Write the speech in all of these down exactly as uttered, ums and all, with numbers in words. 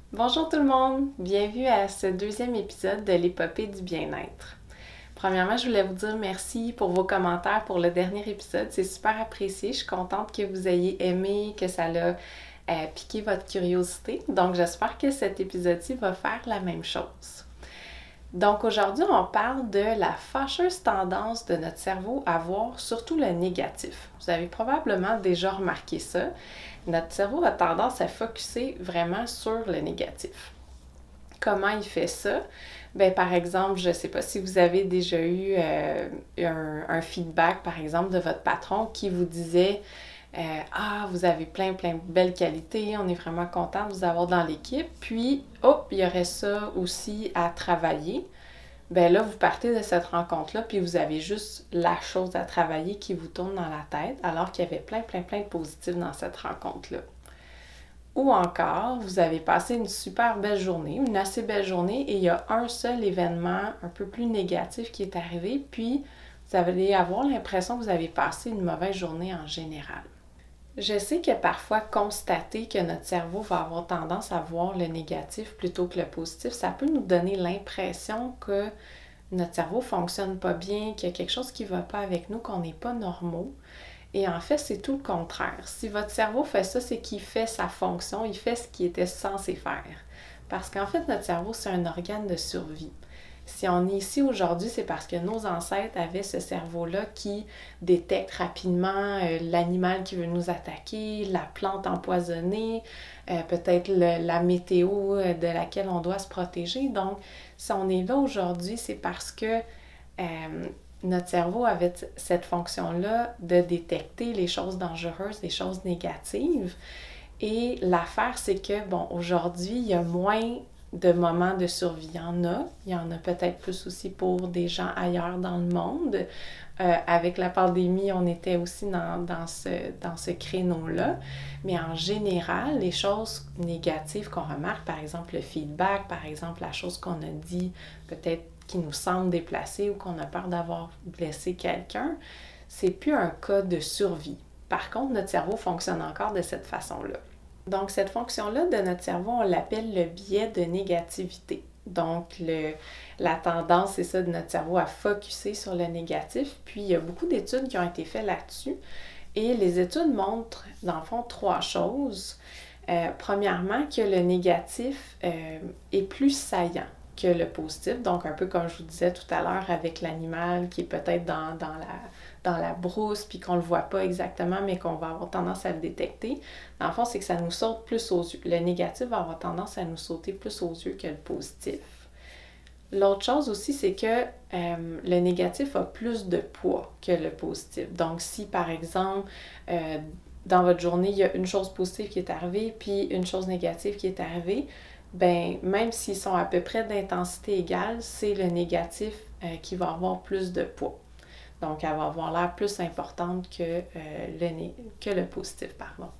Bonjour tout le monde, bienvenue à ce deuxième épisode de l'épopée du bien-être. Premièrement, je voulais vous dire merci pour vos commentaires pour le dernier épisode, c'est super apprécié, je suis contente que vous ayez aimé, que ça l'a euh, piqué votre curiosité, donc j'espère que cet épisode-ci va faire la même chose. Donc aujourd'hui, on parle de la fâcheuse tendance de notre cerveau à voir surtout le négatif. Vous avez probablement déjà remarqué ça. Notre cerveau a tendance à focusser vraiment sur le négatif. Comment il fait ça? Bien, par exemple, je ne sais pas si vous avez déjà eu euh, un, un feedback, par exemple, de votre patron qui vous disait euh, Ah, vous avez plein, plein de belles qualités, on est vraiment content de vous avoir dans l'équipe. Puis, hop, il y aurait ça aussi à travailler. Bien là, vous partez de cette rencontre-là, puis vous avez juste la chose à travailler qui vous tourne dans la tête, alors qu'il y avait plein, plein, plein de positifs dans cette rencontre-là. Ou encore, vous avez passé une super belle journée, une assez belle journée, et il y a un seul événement un peu plus négatif qui est arrivé, puis vous allez avoir l'impression que vous avez passé une mauvaise journée en général. Je sais que parfois constater que notre cerveau va avoir tendance à voir le négatif plutôt que le positif, ça peut nous donner l'impression que notre cerveau ne fonctionne pas bien, qu'il y a quelque chose qui ne va pas avec nous, qu'on n'est pas normaux. Et en fait, c'est tout le contraire. Si votre cerveau fait ça, c'est qu'il fait sa fonction, il fait ce qu'il était censé faire. Parce qu'en fait, notre cerveau, c'est un organe de survie. Si on est ici aujourd'hui, c'est parce que nos ancêtres avaient ce cerveau-là qui détecte rapidement euh, l'animal qui veut nous attaquer, la plante empoisonnée, euh, peut-être le, la météo de laquelle on doit se protéger. Donc, si on est là aujourd'hui, c'est parce que euh, notre cerveau avait cette fonction-là de détecter les choses dangereuses, les choses négatives. Et l'affaire, c'est que, bon, aujourd'hui, il y a moins de moments de survie. Il y en a. Il y en a peut-être plus aussi pour des gens ailleurs dans le monde. Euh, avec la pandémie, on était aussi dans, dans ce, dans ce créneau-là. Mais en général, les choses négatives qu'on remarque, par exemple le feedback, par exemple la chose qu'on a dit, peut-être qui nous semble déplacée ou qu'on a peur d'avoir blessé quelqu'un, c'est plus un cas de survie. Par contre, notre cerveau fonctionne encore de cette façon-là. Donc, cette fonction-là de notre cerveau, on l'appelle le biais de négativité. Donc, le, la tendance, c'est ça, de notre cerveau à focusser sur le négatif. Puis, il y a beaucoup d'études qui ont été faites là-dessus. Et les études montrent, dans le fond, trois choses. Euh, premièrement, que le négatif euh, est plus saillant que le positif. Donc, un peu comme je vous disais tout à l'heure avec l'animal qui est peut-être dans, dans, la, dans la brousse puis qu'on ne le voit pas exactement, mais qu'on va avoir tendance à le détecter. Dans le fond, c'est que ça nous saute plus aux yeux. Le négatif va avoir tendance à nous sauter plus aux yeux que le positif. L'autre chose aussi, c'est que euh, le négatif a plus de poids que le positif. Donc, si par exemple, euh, dans votre journée, il y a une chose positive qui est arrivée, puis une chose négative qui est arrivée, ben même s'ils sont à peu près d'intensité égale, c'est le négatif euh, qui va avoir plus de poids. Donc, elle va avoir l'air plus importante que, euh, le, que le positif, pardon.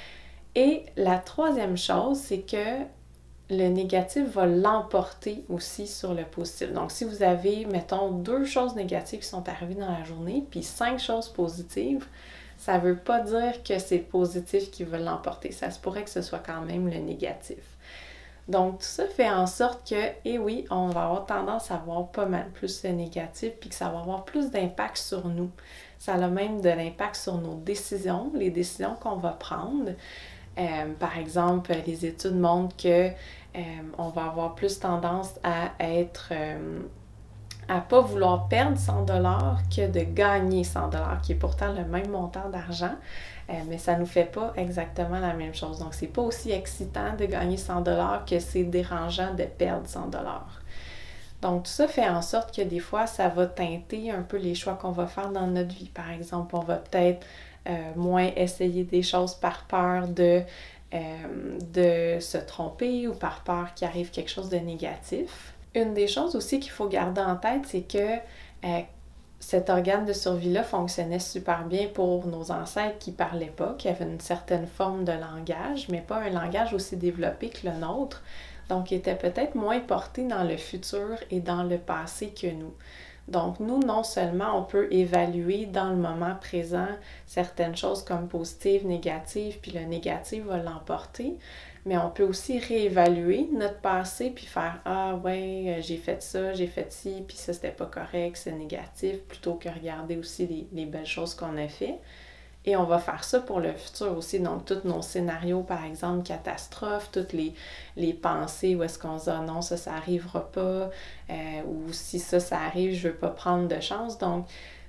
Et la troisième chose, c'est que le négatif va l'emporter aussi sur le positif. Donc, si vous avez, mettons, deux choses négatives qui sont arrivées dans la journée, puis cinq choses positives, ça ne veut pas dire que c'est le positif qui va l'emporter. Ça se pourrait que ce soit quand même le négatif. Donc, tout ça fait en sorte que, eh oui, on va avoir tendance à voir pas mal plus le négatif, puis que ça va avoir plus d'impact sur nous. Ça a même de l'impact sur nos décisions, les décisions qu'on va prendre. Euh, par exemple, les études montrent que euh, on va avoir plus tendance à être, euh, à pas vouloir perdre cent dollars que de gagner cent dollars, qui est pourtant le même montant d'argent. Euh, mais ça ne nous fait pas exactement la même chose. Donc, c'est pas aussi excitant de gagner cent dollars que c'est dérangeant de perdre cent dollars. Donc, tout ça fait en sorte que des fois, ça va teinter un peu les choix qu'on va faire dans notre vie. Par exemple, on va peut-être euh, moins essayer des choses par peur de, euh, de se tromper ou par peur qu'il arrive quelque chose de négatif. Une des choses aussi qu'il faut garder en tête, c'est que euh, cet organe de survie-là fonctionnait super bien pour nos ancêtres qui ne parlaient pas, qui avaient une certaine forme de langage, mais pas un langage aussi développé que le nôtre, donc qui était peut-être moins porté dans le futur et dans le passé que nous. Donc nous, non seulement on peut évaluer dans le moment présent certaines choses comme positives, négatives, puis le négatif va l'emporter, mais on peut aussi réévaluer notre passé puis faire « Ah ouais, j'ai fait ça, j'ai fait ci, puis ça c'était pas correct, c'est négatif », plutôt que regarder aussi les, les belles choses qu'on a fait. Et on va faire ça pour le futur aussi. Donc, tous nos scénarios, par exemple, catastrophes, toutes les, les pensées où est-ce qu'on se dit ah, « non, ça, ça arrivera pas euh, » ou « si ça, ça arrive, je veux pas prendre de chance ». Donc,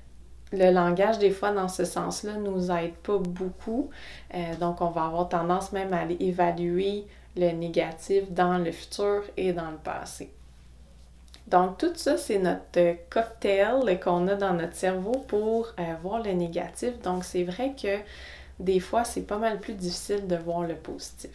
le langage, des fois, dans ce sens-là, nous aide pas beaucoup. Euh, donc, on va avoir tendance même à aller évaluer le négatif dans le futur et dans le passé. Donc, tout ça, c'est notre cocktail qu'on a dans notre cerveau pour euh, voir le négatif. Donc, c'est vrai que des fois, c'est pas mal plus difficile de voir le positif.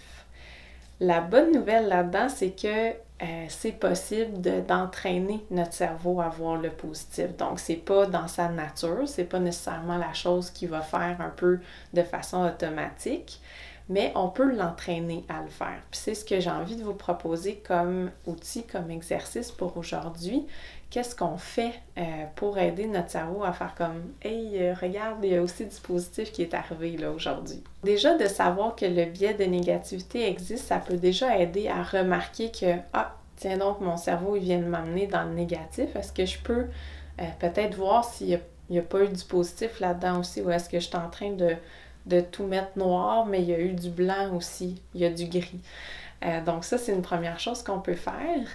La bonne nouvelle là-dedans, c'est que euh, c'est possible de, d'entraîner notre cerveau à voir le positif. Donc, c'est pas dans sa nature, c'est pas nécessairement la chose qu'il va faire un peu de façon automatique, mais on peut l'entraîner à le faire. Puis c'est ce que j'ai envie de vous proposer comme outil, comme exercice pour aujourd'hui. Qu'est-ce qu'on fait euh, pour aider notre cerveau à faire comme « Hey, euh, regarde, il y a aussi du positif qui est arrivé là aujourd'hui. » Déjà, de savoir que le biais de négativité existe, ça peut déjà aider à remarquer que « Ah, tiens donc, mon cerveau, il vient de m'amener dans le négatif. Est-ce que je peux euh, peut-être voir s'il n'y a, a pas eu du positif là-dedans aussi ou est-ce que je suis en train de... de tout mettre noir, mais il y a eu du blanc aussi, il y a du gris. Euh, donc ça, c'est une première chose qu'on peut faire.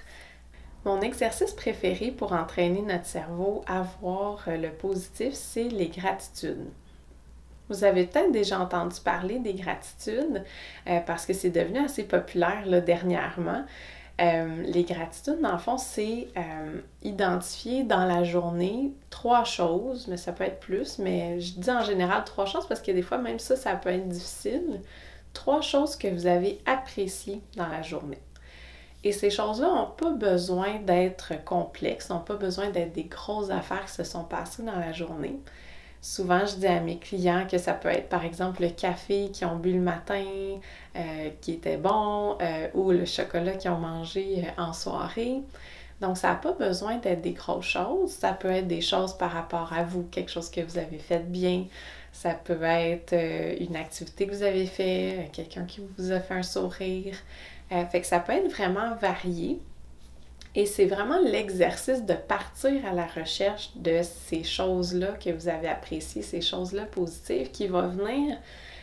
Mon exercice préféré pour entraîner notre cerveau à voir le positif, c'est les gratitudes. Vous avez peut-être déjà entendu parler des gratitudes euh, parce que c'est devenu assez populaire là, dernièrement. Euh, les gratitudes, dans le fond, c'est euh, identifier dans la journée trois choses, mais ça peut être plus, mais je dis en général trois choses parce que des fois, même ça, ça peut être difficile. Trois choses que vous avez appréciées dans la journée. Et ces choses-là n'ont pas besoin d'être complexes, n'ont pas besoin d'être des grosses affaires qui se sont passées dans la journée. Souvent, je dis à mes clients que ça peut être, par exemple, le café qu'ils ont bu le matin, euh, qui était bon, euh, ou le chocolat qu'ils ont mangé euh, en soirée. Donc, ça n'a pas besoin d'être des grosses choses. Ça peut être des choses par rapport à vous, quelque chose que vous avez fait bien. Ça peut être euh, une activité que vous avez faite, euh, quelqu'un qui vous a fait un sourire. Euh, fait que ça peut être vraiment varié. Et c'est vraiment l'exercice de partir à la recherche de ces choses-là que vous avez appréciées, ces choses-là positives, qui va venir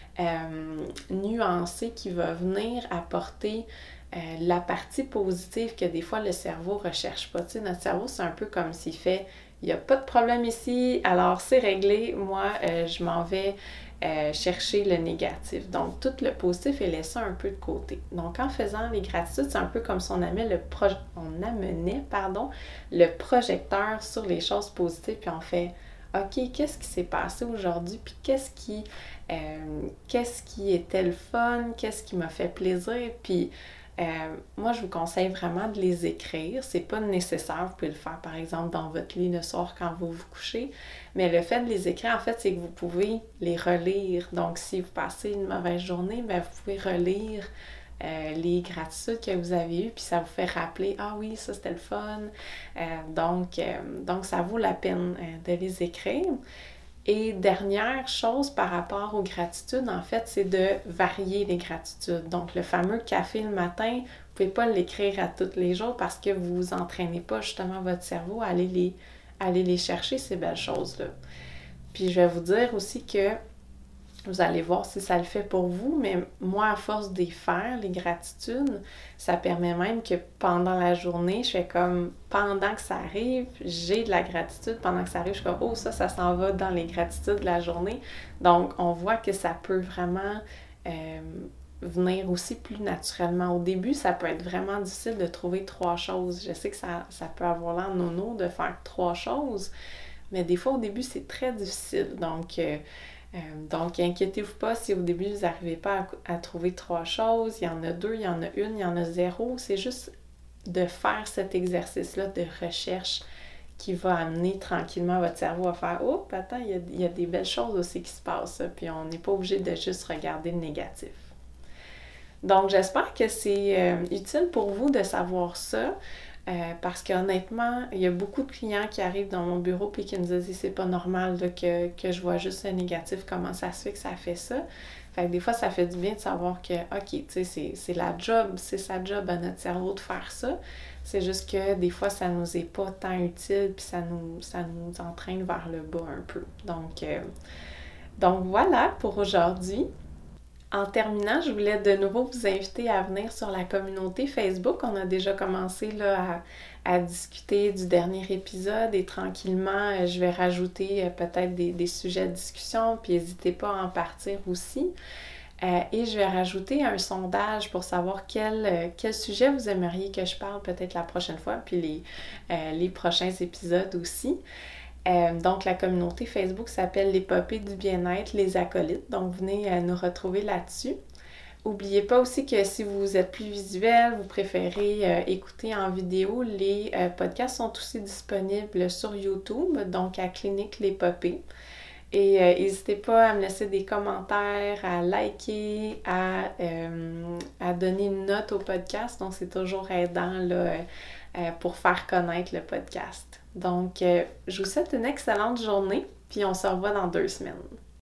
euh, nuancer, qui va venir apporter euh, la partie positive que des fois le cerveau ne recherche pas. Tu sais, notre cerveau, c'est un peu comme s'il fait « il n'y a pas de problème ici, alors c'est réglé, moi euh, je m'en vais euh, chercher le négatif ». Donc tout le positif est laissé un peu de côté. Donc en faisant les gratitudes, c'est un peu comme si on amenait le, proje- on amenait, pardon, le projecteur sur les choses positives, puis on fait « OK, qu'est-ce qui s'est passé aujourd'hui, puis qu'est-ce qui, euh, qu'est-ce qui était le fun, qu'est-ce qui m'a fait plaisir », puis Euh, moi, je vous conseille vraiment de les écrire. C'est pas nécessaire, vous pouvez le faire par exemple dans votre lit le soir quand vous vous couchez, mais le fait de les écrire, en fait, c'est que vous pouvez les relire. Donc, si vous passez une mauvaise journée, bien, vous pouvez relire euh, les gratitudes que vous avez eues, puis ça vous fait rappeler « Ah oui, ça c'était le fun! Euh, » donc, euh, donc, ça vaut la peine euh, de les écrire. Et dernière chose par rapport aux gratitudes, en fait, c'est de varier les gratitudes. Donc, le fameux café le matin, vous ne pouvez pas l'écrire à tous les jours parce que vous vous entraînez pas justement votre cerveau à aller les, à aller les chercher, ces belles choses-là. Puis, je vais vous dire aussi que vous allez voir si ça le fait pour vous, mais moi, à force d'y faire, les gratitudes, ça permet même que pendant la journée, je fais comme, pendant que ça arrive, j'ai de la gratitude. Pendant que ça arrive, je suis comme, oh, ça, ça s'en va dans les gratitudes de la journée. Donc, on voit que ça peut vraiment euh, venir aussi plus naturellement. Au début, ça peut être vraiment difficile de trouver trois choses. Je sais que ça, ça peut avoir l'air nono de faire trois choses, mais des fois, au début, c'est très difficile. Donc, euh, Euh, donc, inquiétez-vous pas si au début vous n'arrivez pas à, à trouver trois choses. Il y en a deux, il y en a une, il y en a zéro. C'est juste de faire cet exercice-là de recherche qui va amener tranquillement votre cerveau à faire « Oh, attends, il y, a, il y a des belles choses aussi qui se passent. » Puis on n'est pas obligé de juste regarder le négatif. Donc, j'espère que c'est euh, utile pour vous de savoir ça. Euh, parce qu'honnêtement, il y a beaucoup de clients qui arrivent dans mon bureau et qui me disent « c'est pas normal là, que, que je vois juste le négatif, comment ça se fait que ça fait ça? » Fait que des fois, ça fait du bien de savoir que, OK, tu sais, c'est, c'est la job, c'est sa job à notre cerveau de faire ça. C'est juste que des fois, ça nous est pas tant utile, puis ça nous, ça nous entraîne vers le bas un peu. Donc, euh, donc voilà pour aujourd'hui. En terminant, je voulais de nouveau vous inviter à venir sur la communauté Facebook. On a déjà commencé là, à, à discuter du dernier épisode et tranquillement, je vais rajouter peut-être des, des sujets de discussion, puis n'hésitez pas à en partir aussi. Euh, et je vais rajouter un sondage pour savoir quel, euh, quel sujet vous aimeriez que je parle peut-être la prochaine fois, puis les, euh, les prochains épisodes aussi. Euh, donc, la communauté Facebook s'appelle l'Épopée du bien-être, les acolytes. Donc, venez euh, nous retrouver là-dessus. N'oubliez pas aussi que si vous êtes plus visuel, vous préférez euh, écouter en vidéo, les euh, podcasts sont aussi disponibles sur YouTube, donc à Clinique l'Épopée. Et euh, n'hésitez pas à me laisser des commentaires, à liker, à, euh, à donner une note au podcast. Donc, c'est toujours aidant là, euh, pour faire connaître le podcast. Donc, euh, je vous souhaite une excellente journée, puis on se revoit dans deux semaines.